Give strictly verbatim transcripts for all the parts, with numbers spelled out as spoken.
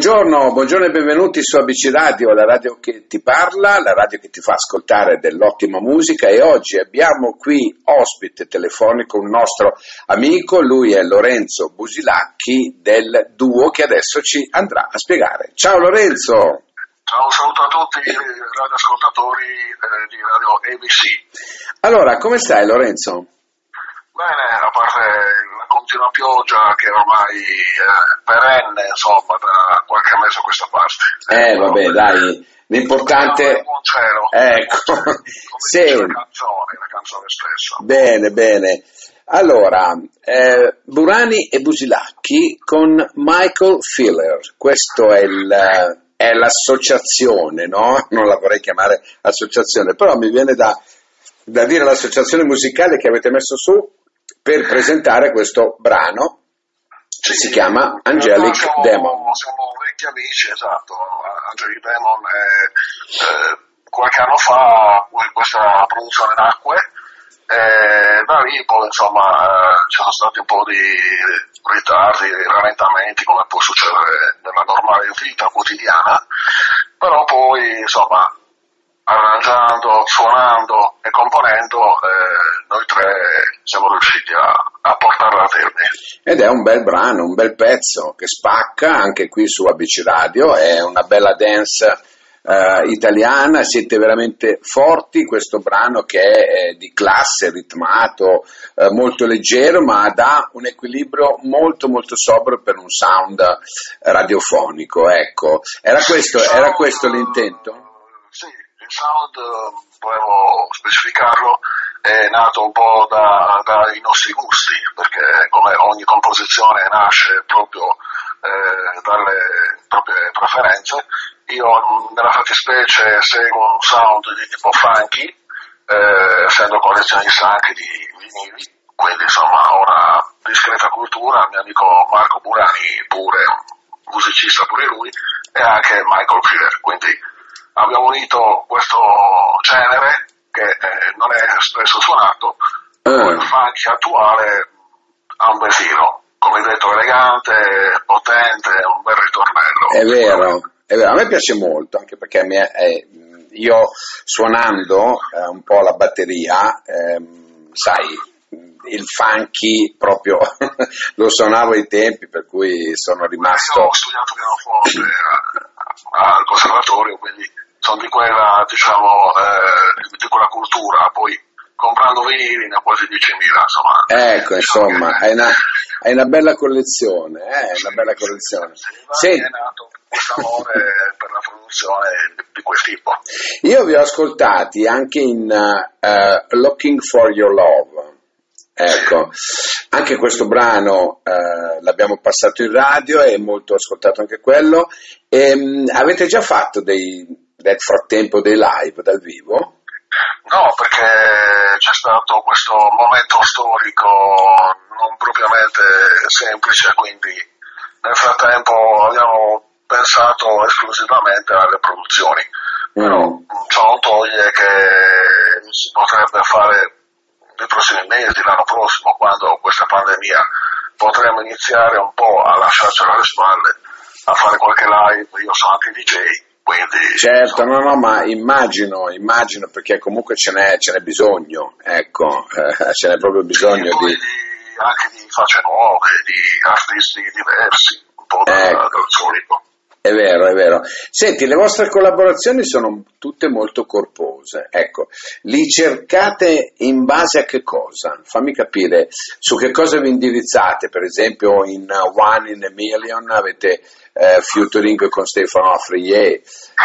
Buongiorno, buongiorno e benvenuti su A B C Radio, la radio che ti parla, la radio che ti fa ascoltare dell'ottima musica, e oggi abbiamo qui ospite telefonico un nostro amico, lui è Lorenzo Busilacchi del duo che adesso ci andrà a spiegare. Ciao Lorenzo! Ciao, un saluto a tutti i radioascoltatori eh, di Radio A B C. Allora, come stai Lorenzo? Bene, a parte la continua pioggia che ormai è perenne, insomma, da qualche mese a questa parte. Eh, vabbè, dai, l'importante... Buon cielo. Ecco, come sì. dice la canzone, la canzone stessa. Bene, bene. Allora, eh, Burani e Busilacchi con Michael Filler, questo è il... è l'associazione, no? Non la vorrei chiamare associazione, però mi viene da, da dire l'associazione musicale che avete messo su per presentare questo brano che Sì, si chiama Angelic siamo, Demon. Siamo vecchi amici, esatto. Angelic Demon, eh, eh, qualche anno fa questa produzione nacque, e da lì poi insomma eh, ci sono stati un po' di ritardi, rallentamenti, come può succedere nella normale vita quotidiana, però poi insomma arrangiando, suonando e componendo eh, noi tre siamo riusciti a, a portarla a termine. Ed è un bel brano, un bel pezzo che spacca anche qui su A B C Radio, è una bella dance Uh, italiana, siete veramente forti. Questo brano che è eh, di classe, ritmato, uh, molto leggero, ma dà un equilibrio molto molto sobrio per un sound radiofonico, ecco. Era questo, sound, era questo l'intento? Uh, sì, il sound, uh, volevo specificarlo, è nato un po' da, dai nostri gusti, perché come ogni composizione nasce proprio eh, dalle proprie preferenze. Io nella fattispecie seguo un sound di tipo funky, eh, essendo collezionista anche di vinili, quindi insomma ho una discreta cultura. Il mio amico Marco Burani, pure musicista pure lui, e anche Michael Filler, quindi abbiamo unito questo genere che eh, non è spesso suonato, con il funky attuale a un bel filo, come detto, elegante, potente, un bel ritornello. È vero. È vero, a me piace molto, anche perché mi è, è, io suonando eh, un po' la batteria, ehm, sai, il funky proprio lo suonavo ai tempi, per cui sono rimasto... Io ho studiato pianoforte al conservatorio, quindi sono di quella, diciamo, eh, di quella cultura, poi comprando vinili ne ho quasi diecimila, insomma. Ecco, insomma, hai una, hai una bella collezione, eh, una bella collezione. Sì, è nato questo amore per la produzione di quel tipo. Io vi ho ascoltati anche in uh, Looking for Your Love, ecco, sì. Anche questo brano uh, l'abbiamo passato in radio, è molto ascoltato anche quello. E, um, avete già fatto dei, nel frattempo dei live dal vivo? No, perché c'è stato questo momento storico non propriamente semplice, quindi nel frattempo abbiamo pensato esclusivamente alle produzioni, però mm. ciò non toglie che si potrebbe fare nei prossimi mesi, l'anno prossimo, quando questa pandemia potremo iniziare un po' a lasciarcela alle spalle, a fare qualche live. Io sono anche D J, quindi... Certo, no, no, ma immagino, immagino, perché comunque ce n'è, ce n'è bisogno, ecco, eh, ce n'è proprio bisogno e poi di... di... anche di facce nuove, di artisti diversi, un po' da, ecco. dal solito. È vero, è vero. Senti, le vostre collaborazioni sono tutte molto corpose, ecco, li cercate in base a che cosa? Fammi capire, su che cosa vi indirizzate? Per esempio in One in a Million avete eh, featuring con Stefano Afrier,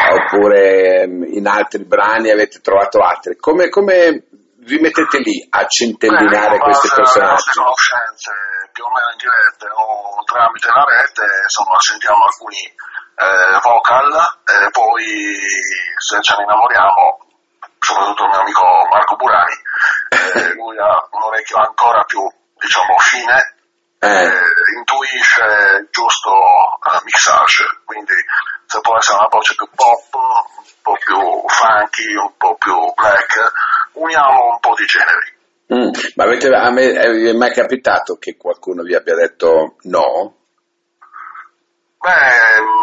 oppure in altri brani avete trovato altri. Come, come vi mettete lì a centellinare Beh, questi personaggi? Le nostre conoscenze più o meno in dirette o tramite la rete, insomma, sentiamo alcuni Eh, vocal, e poi se ce ne innamoriamo, soprattutto il mio amico Marco Burani, eh, lui ha un orecchio ancora più, diciamo, fine, eh. Eh, intuisce il giusto uh, mixage, quindi se può essere una voce più pop, un po' più funky, un po' più black, uniamo un po' di generi. Mm, ma avete, a me, è mai capitato che qualcuno vi abbia detto no? Beh, a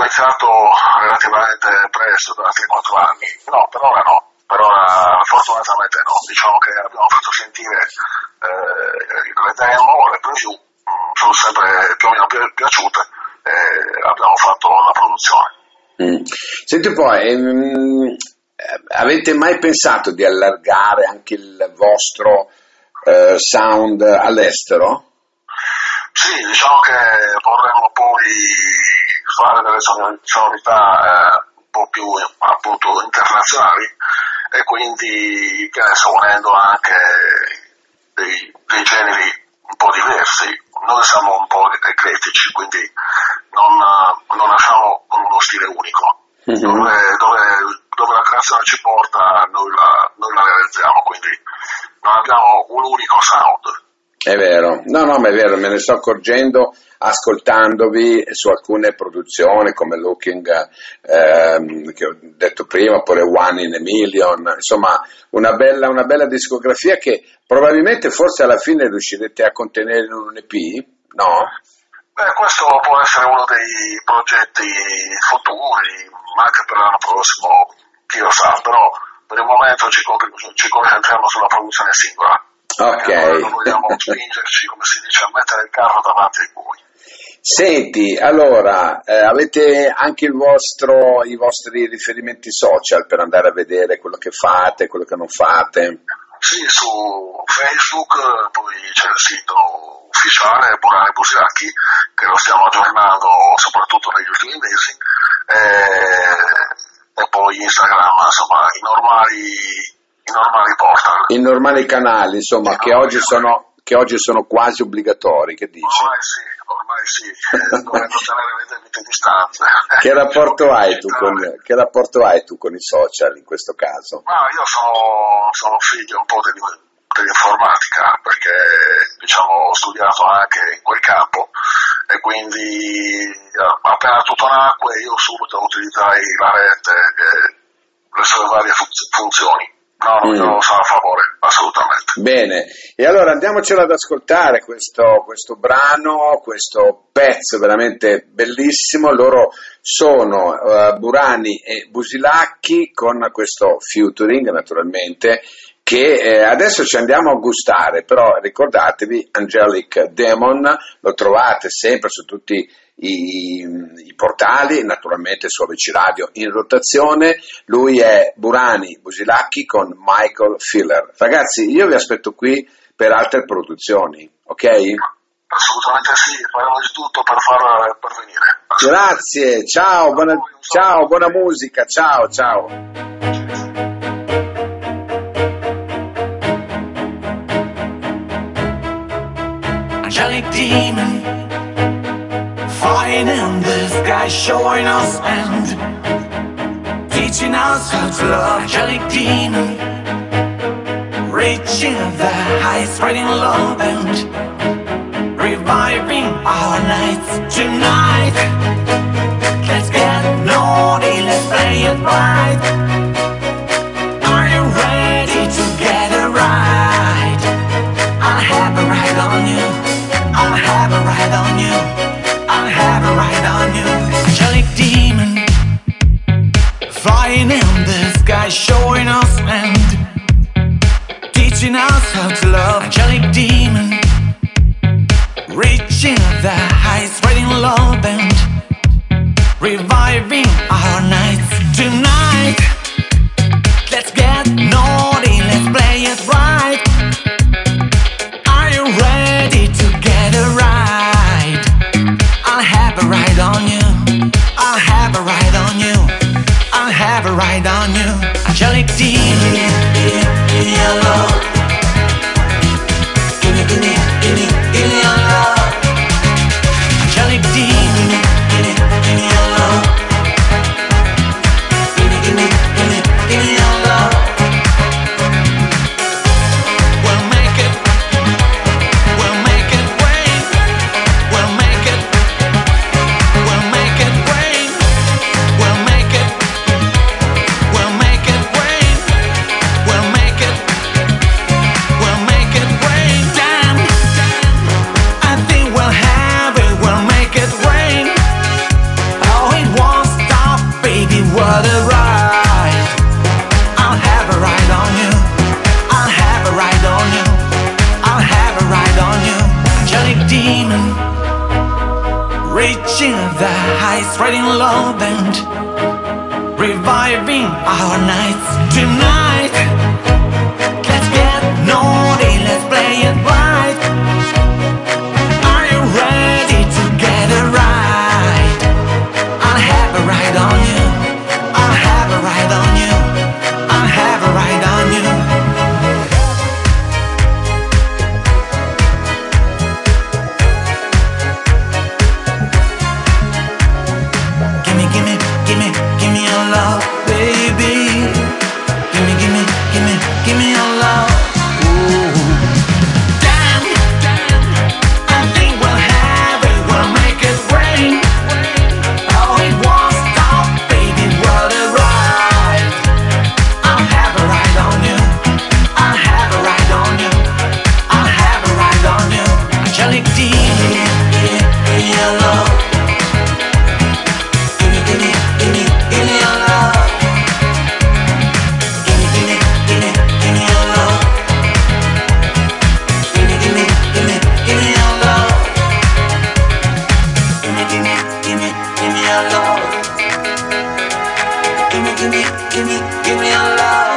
iniziato relativamente presto, da tre quattro anni. No, per ora no. Per ora fortunatamente no. Diciamo che abbiamo fatto sentire eh, le demo, le preview, sono sempre più o meno pi- piaciute e abbiamo fatto la produzione. Mm. Senti poi, ehm, avete mai pensato di allargare anche il vostro eh, sound all'estero? Sì, diciamo che vorremmo poi fare delle sonorità eh, un po' più appunto internazionali e quindi, che ne so, unendo anche dei, dei generi un po' diversi. Noi siamo un po' eclettici, quindi non, non nasciamo con uno stile unico. Mm-hmm. Dove, dove, dove la creazione ci porta, noi la, noi la realizziamo, quindi non abbiamo un unico sound. È vero, no, no, ma è vero, me ne sto accorgendo ascoltandovi su alcune produzioni come Looking, ehm, che ho detto prima, oppure One in a Million, insomma una bella, una bella discografia che probabilmente forse alla fine riuscirete a contenere in un E P, no? Beh, questo può essere uno dei progetti futuri, ma anche per l'anno prossimo, chi lo sa, però per il momento ci, ci concentriamo sulla produzione singola. Ok. Non vogliamo spingerci, come si dice, a mettere il carro davanti ai buoi. Senti, allora, eh, avete anche il vostro, i vostri riferimenti social per andare a vedere quello che fate, quello che non fate? Sì, su Facebook, poi c'è il sito ufficiale Burani Busilacchi, che lo stiamo aggiornando soprattutto negli ultimi mesi, e, e poi Instagram, insomma, i normali, i normali portal. I normali canali, insomma, che oggi sono, che oggi sono quasi obbligatori, che dici? Ormai sì, ormai sì, eh, dovendo tenere le debite distanze. Che rapporto hai tu con, che rapporto hai tu con i social in questo caso? Ma io sono, sono figlio un po' degli, dell'informatica, perché diciamo ho studiato anche in quel campo e quindi appena tutto nacque io subito utilizzai la rete e le sue varie fun- funzioni. No, non glielo so a favore, assolutamente. Bene, e allora andiamocelo ad ascoltare questo, questo brano, questo pezzo veramente bellissimo. Loro sono uh, Burani e Busilacchi con questo featuring naturalmente, che eh, adesso ci andiamo a gustare, però ricordatevi Angelic Demon, lo trovate sempre su tutti i, i portali, naturalmente su A B C Radio in rotazione. Lui è Burani Busilacchi con Michael Filler. Ragazzi, io vi aspetto qui per altre produzioni, ok? Assolutamente sì, faremo di tutto per far per venire. Grazie, ciao, buona, ciao, buona musica, ciao, ciao. Angelic demon, flying in the sky, showing us and teaching us how to love. Angelic demon, reaching the heights, spreading love and reviving our nights tonight. Let's get naughty, let's play it right. Are you ready to get it right? I'll have a ride on you. I'll have a ride on you. I'll have a ride on you. Angelic demon, flying in the sky, showing us and teaching us how to love. Angelic demon, reaching the heights, spreading love and reviving our nights tonight. Let's get naughty, let's play it right. Are you ready to get it right? I'll have a ride on you. I'll have a ride on you. I'll have a ride on you. Angelic demon, give me your love. Give me, give me, give me, give me your love. Angelic demon, give me, give me your love. Give me, give me, give me, give me your love. We'll make it. We'll make it rain. We'll make it. We'll make it rain. We'll make it. We'll make it rain. We'll make it. Light spreading love and reviving our nights tonight. Let's get naughty, let's play it right. Are you ready to get it right? I'll have a ride on you, I'll have a ride on you, I'll have a ride on you. Gimme, gimme, gimme, gimme your love, baby. Gimme, gimme, gimme, gimme your love. Ooh. Damn, damn, I think we'll have it, we'll make it rain. Oh, it won't stop, baby, what a ride. I'll have a ride on you, I'll have a ride on you, I'll have a ride on you. Angelic D, gimme, gimme, gimme your love. Gimme, gimme, gimme, gimme your love. Gimme, gimme, gimme, gimme your love. Gimme, gimme, gimme, gimme your love. Gimme, gimme, gimme, gimme your love. Gimme, gimme, gimme, gimme your love.